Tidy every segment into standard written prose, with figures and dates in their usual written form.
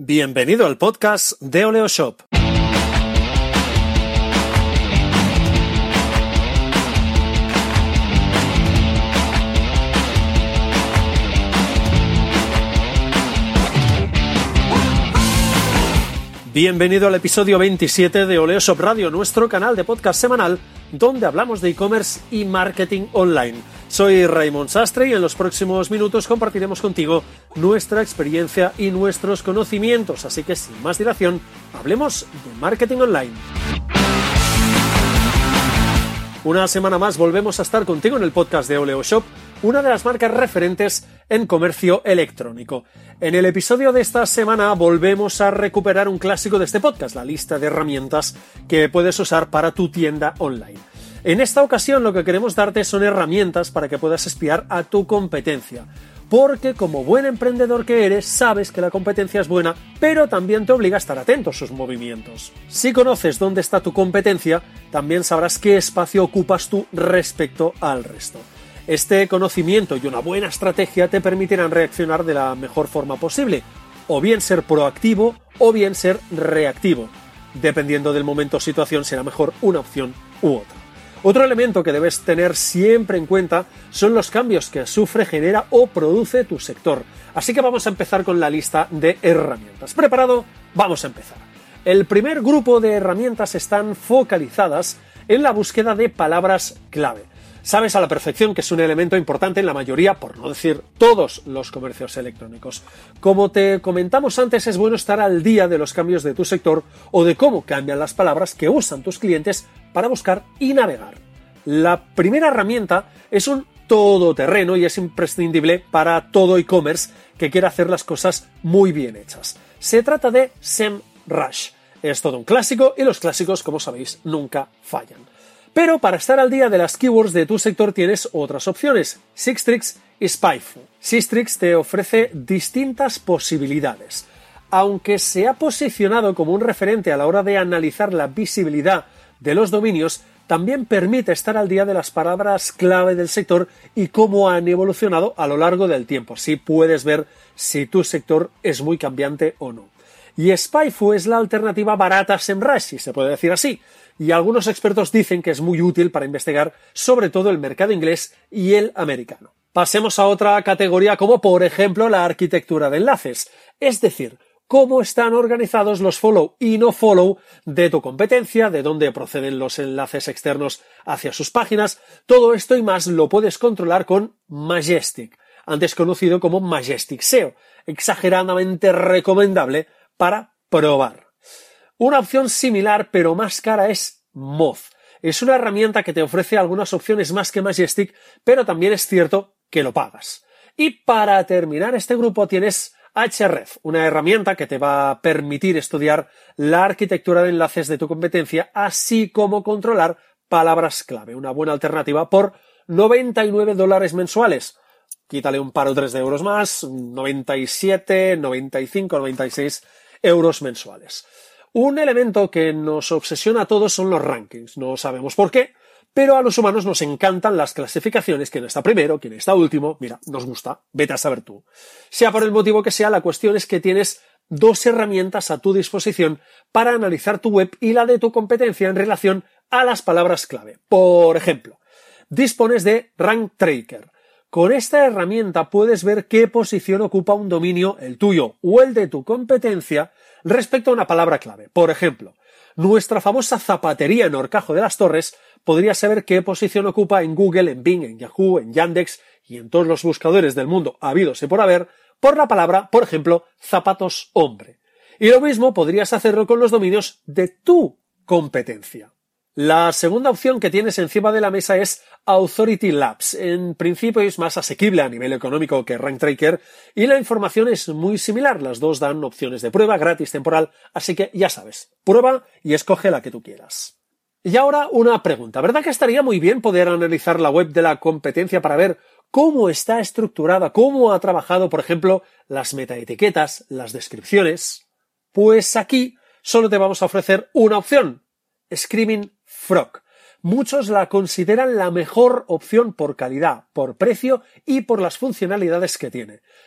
Bienvenido al podcast de OleoShop. Bienvenido al episodio 27 de OleoShop Radio, nuestro canal de podcast semanal donde hablamos de e-commerce y marketing online. Soy Raymond Sastre y en los próximos minutos compartiremos contigo nuestra experiencia y nuestros conocimientos, así que sin más dilación, hablemos de marketing online. Una semana más volvemos a estar contigo en el podcast de OleoShop, una de las marcas referentes en comercio electrónico. En el episodio de esta semana volvemos a recuperar un clásico de este podcast, la lista de herramientas que puedes usar para tu tienda online. En esta ocasión lo que queremos darte son herramientas para que puedas espiar a tu competencia, porque como buen emprendedor que eres, sabes que la competencia es buena, pero también te obliga a estar atento a sus movimientos. Si conoces dónde está tu competencia, también sabrás qué espacio ocupas tú respecto al resto. Este conocimiento y una buena estrategia te permitirán reaccionar de la mejor forma posible, o bien ser proactivo o bien ser reactivo. Dependiendo del momento o situación, será mejor una opción u otra. Otro elemento que debes tener siempre en cuenta son los cambios que sufre, genera o produce tu sector. Así que vamos a empezar con la lista de herramientas. ¿Preparado? Vamos a empezar. El primer grupo de herramientas están focalizadas en la búsqueda de palabras clave. Sabes a la perfección que es un elemento importante en la mayoría, por no decir todos, los comercios electrónicos. Como te comentamos antes, es bueno estar al día de los cambios de tu sector o de cómo cambian las palabras que usan tus clientes para buscar y navegar. La primera herramienta es un todoterreno y es imprescindible para todo e-commerce que quiera hacer las cosas muy bien hechas. Se trata de SEMrush. Es todo un clásico y los clásicos, como sabéis, nunca fallan. Pero para estar al día de las keywords de tu sector tienes otras opciones, Sistrix y Spyful. Sistrix te ofrece distintas posibilidades. Aunque se ha posicionado como un referente a la hora de analizar la visibilidad de los dominios, también permite estar al día de las palabras clave del sector y cómo han evolucionado a lo largo del tiempo. Así puedes ver si tu sector es muy cambiante o no. Y Spyful es la alternativa barata a SEMrush, si se puede decir así, y algunos expertos dicen que es muy útil para investigar sobre todo el mercado inglés y el americano. Pasemos a otra categoría como por ejemplo la arquitectura de enlaces, es decir, cómo están organizados los follow y no follow de tu competencia, de dónde proceden los enlaces externos hacia sus páginas. Todo esto y más lo puedes controlar con Majestic, antes conocido como Majestic SEO, exageradamente recomendable para probar. Una opción similar pero más cara es Moz. Es una herramienta que te ofrece algunas opciones más que Majestic, pero también es cierto que lo pagas. Y para terminar este grupo tienes Ahrefs, una herramienta que te va a permitir estudiar la arquitectura de enlaces de tu competencia, así como controlar palabras clave. Una buena alternativa por $99 mensuales. Quítale un par o tres de euros más, 97, 95, 96 euros mensuales. Un elemento que nos obsesiona a todos son los rankings. No sabemos por qué, pero a los humanos nos encantan las clasificaciones, quién está primero, quién está último. Mira, nos gusta, vete a saber tú. Sea por el motivo que sea, la cuestión es que tienes dos herramientas a tu disposición para analizar tu web y la de tu competencia en relación a las palabras clave. Por ejemplo, dispones de Rank Tracker. Con esta herramienta puedes ver qué posición ocupa un dominio, el tuyo o el de tu competencia, respecto a una palabra clave. Por ejemplo, nuestra famosa zapatería en Horcajo de las Torres podría saber qué posición ocupa en Google, en Bing, en Yahoo, en Yandex y en todos los buscadores del mundo habidos y por haber, por la palabra, por ejemplo, zapatos hombre. Y lo mismo podrías hacerlo con los dominios de tu competencia. La segunda opción que tienes encima de la mesa es Authority Labs. En principio es más asequible a nivel económico que Rank Tracker y la información es muy similar. Las dos dan opciones de prueba gratis temporal, así que ya sabes, prueba y escoge la que tú quieras. Y ahora una pregunta. ¿Verdad que estaría muy bien poder analizar la web de la competencia para ver cómo está estructurada, cómo ha trabajado, por ejemplo, las metaetiquetas, las descripciones? Pues aquí solo te vamos a ofrecer una opción. Screaming Frog. Muchos la consideran la mejor opción por calidad, por precio y por las funcionalidades que tiene.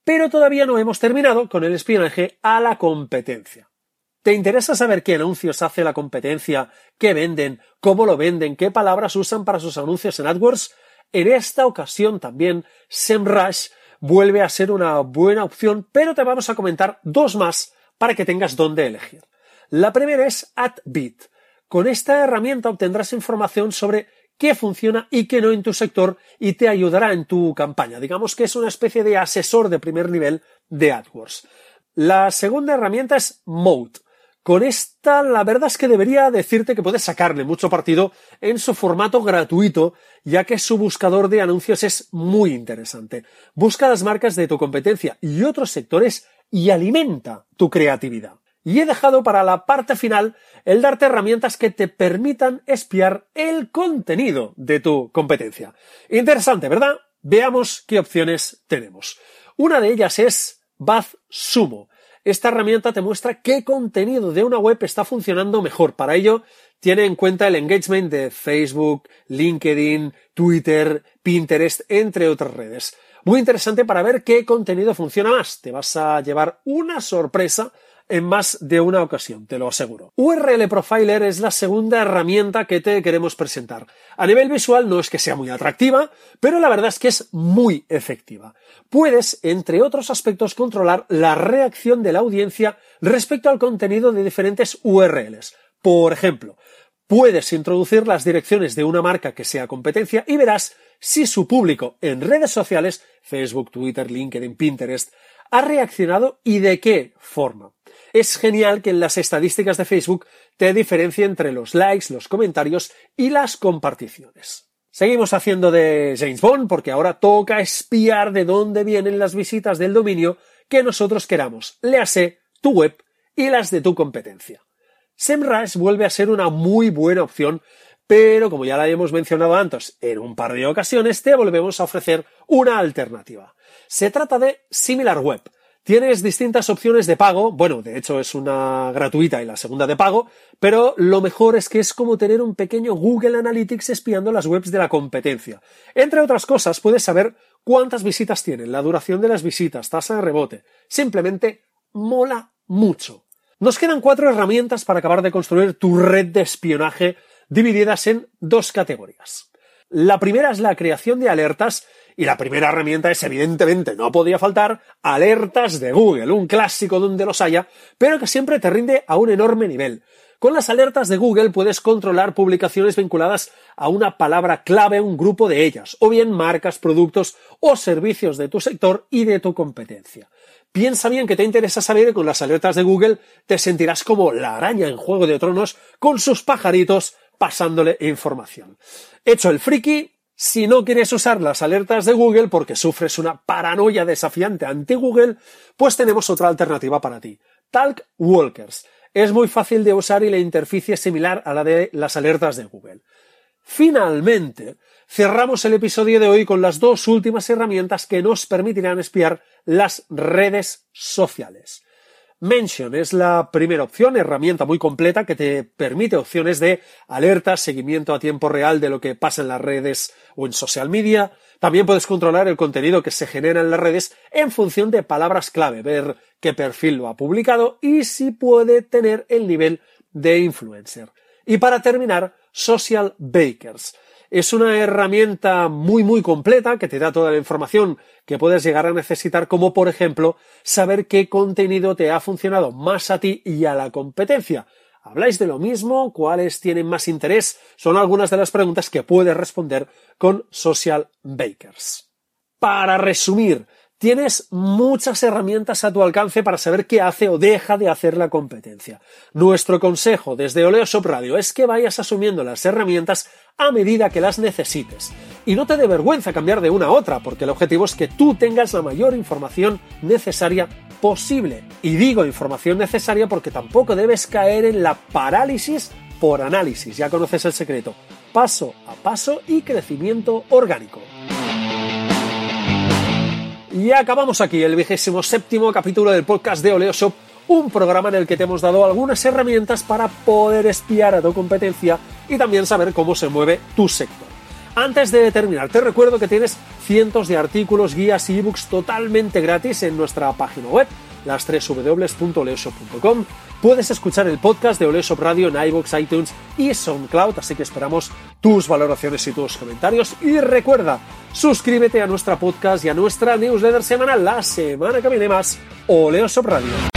Pero todavía no hemos terminado con el espionaje a la competencia. ¿Te interesa saber qué anuncios hace la competencia, qué venden, cómo lo venden, qué palabras usan para sus anuncios en AdWords? En esta ocasión también SEMrush vuelve a ser una buena opción, pero te vamos a comentar dos más para que tengas dónde elegir. La primera es AdBeat. Con esta herramienta obtendrás información sobre qué funciona y qué no en tu sector y te ayudará en tu campaña. Digamos que es una especie de asesor de primer nivel de AdWords. La segunda herramienta es Moat. Con esta, la verdad es que debería decirte que puedes sacarle mucho partido en su formato gratuito, ya que su buscador de anuncios es muy interesante. Busca las marcas de tu competencia y otros sectores y alimenta tu creatividad. Y he dejado para la parte final el darte herramientas que te permitan espiar el contenido de tu competencia. Interesante, ¿verdad? Veamos qué opciones tenemos. Una de ellas es BuzzSumo. Esta herramienta te muestra qué contenido de una web está funcionando mejor. Para ello, tiene en cuenta el engagement de Facebook, LinkedIn, Twitter, Pinterest, entre otras redes. Muy interesante para ver qué contenido funciona más. Te vas a llevar una sorpresa en más de una ocasión, te lo aseguro. URL Profiler es la segunda herramienta que te queremos presentar. A nivel visual no es que sea muy atractiva, pero la verdad es que es muy efectiva. Puedes, entre otros aspectos, controlar la reacción de la audiencia respecto al contenido de diferentes URLs. Por ejemplo, puedes introducir las direcciones de una marca que sea competencia y verás si su público en redes sociales, Facebook, Twitter, LinkedIn, Pinterest, ha reaccionado y de qué forma. Es genial que en las estadísticas de Facebook te diferencie entre los likes, los comentarios y las comparticiones. Seguimos haciendo de James Bond porque ahora toca espiar de dónde vienen las visitas del dominio que nosotros queramos, léase tu web y las de tu competencia. SEMrush vuelve a ser una muy buena opción, pero como ya la hemos mencionado antes en un par de ocasiones, te volvemos a ofrecer una alternativa. Se trata de SimilarWeb. Tienes distintas opciones de pago, bueno, de hecho es una gratuita y la segunda de pago, pero lo mejor es que es como tener un pequeño Google Analytics espiando las webs de la competencia. Entre otras cosas, puedes saber cuántas visitas tienen, la duración de las visitas, tasa de rebote. Simplemente mola mucho. Nos quedan 4 herramientas para acabar de construir tu red de espionaje divididas en 2 categorías. La primera es la creación de alertas y la primera herramienta es, evidentemente, no podía faltar, alertas de Google, un clásico donde los haya, pero que siempre te rinde a un enorme nivel. Con las alertas de Google puedes controlar publicaciones vinculadas a una palabra clave, un grupo de ellas, o bien marcas, productos o servicios de tu sector y de tu competencia. Piensa bien que te interesa saber que con las alertas de Google te sentirás como la araña en Juego de Tronos con sus pajaritos pasándole información. Hecho el friki, si no quieres usar las alertas de Google porque sufres una paranoia desafiante ante Google, pues tenemos otra alternativa para ti. Talkwalkers. Es muy fácil de usar y la interfaz es similar a la de las alertas de Google. Finalmente, cerramos el episodio de hoy con las 2 últimas herramientas que nos permitirán espiar las redes sociales. Mention es la primera opción, herramienta muy completa que te permite opciones de alertas, seguimiento a tiempo real de lo que pasa en las redes o en social media. También puedes controlar el contenido que se genera en las redes en función de palabras clave, ver qué perfil lo ha publicado y si puede tener el nivel de influencer. Y para terminar, Social Bakers. Es una herramienta muy completa que te da toda la información que puedes llegar a necesitar, como por ejemplo saber qué contenido te ha funcionado más a ti y a la competencia. ¿Habláis de lo mismo? ¿Cuáles tienen más interés? Son algunas de las preguntas que puedes responder con Social Bakers. Para resumir, tienes muchas herramientas a tu alcance para saber qué hace o deja de hacer la competencia. Nuestro consejo desde Oleoshop Radio es que vayas asumiendo las herramientas a medida que las necesites. Y no te dé vergüenza cambiar de una a otra, porque el objetivo es que tú tengas la mayor información necesaria posible. Y digo información necesaria porque tampoco debes caer en la parálisis por análisis. Ya conoces el secreto. Paso a paso y crecimiento orgánico. Y acabamos aquí el 27º capítulo del podcast de Oleoshop, un programa en el que te hemos dado algunas herramientas para poder espiar a tu competencia y también saber cómo se mueve tu sector. Antes de terminar, te recuerdo que tienes cientos de artículos, guías y ebooks totalmente gratis en nuestra página web, las www.oleoshop.com. Puedes escuchar el podcast de Oleoshop Radio en iVoox, iTunes y SoundCloud, así que esperamos tus valoraciones y tus comentarios. Y recuerda, suscríbete a nuestra podcast y a nuestra newsletter semanal. La semana que viene más Oleoshop Radio.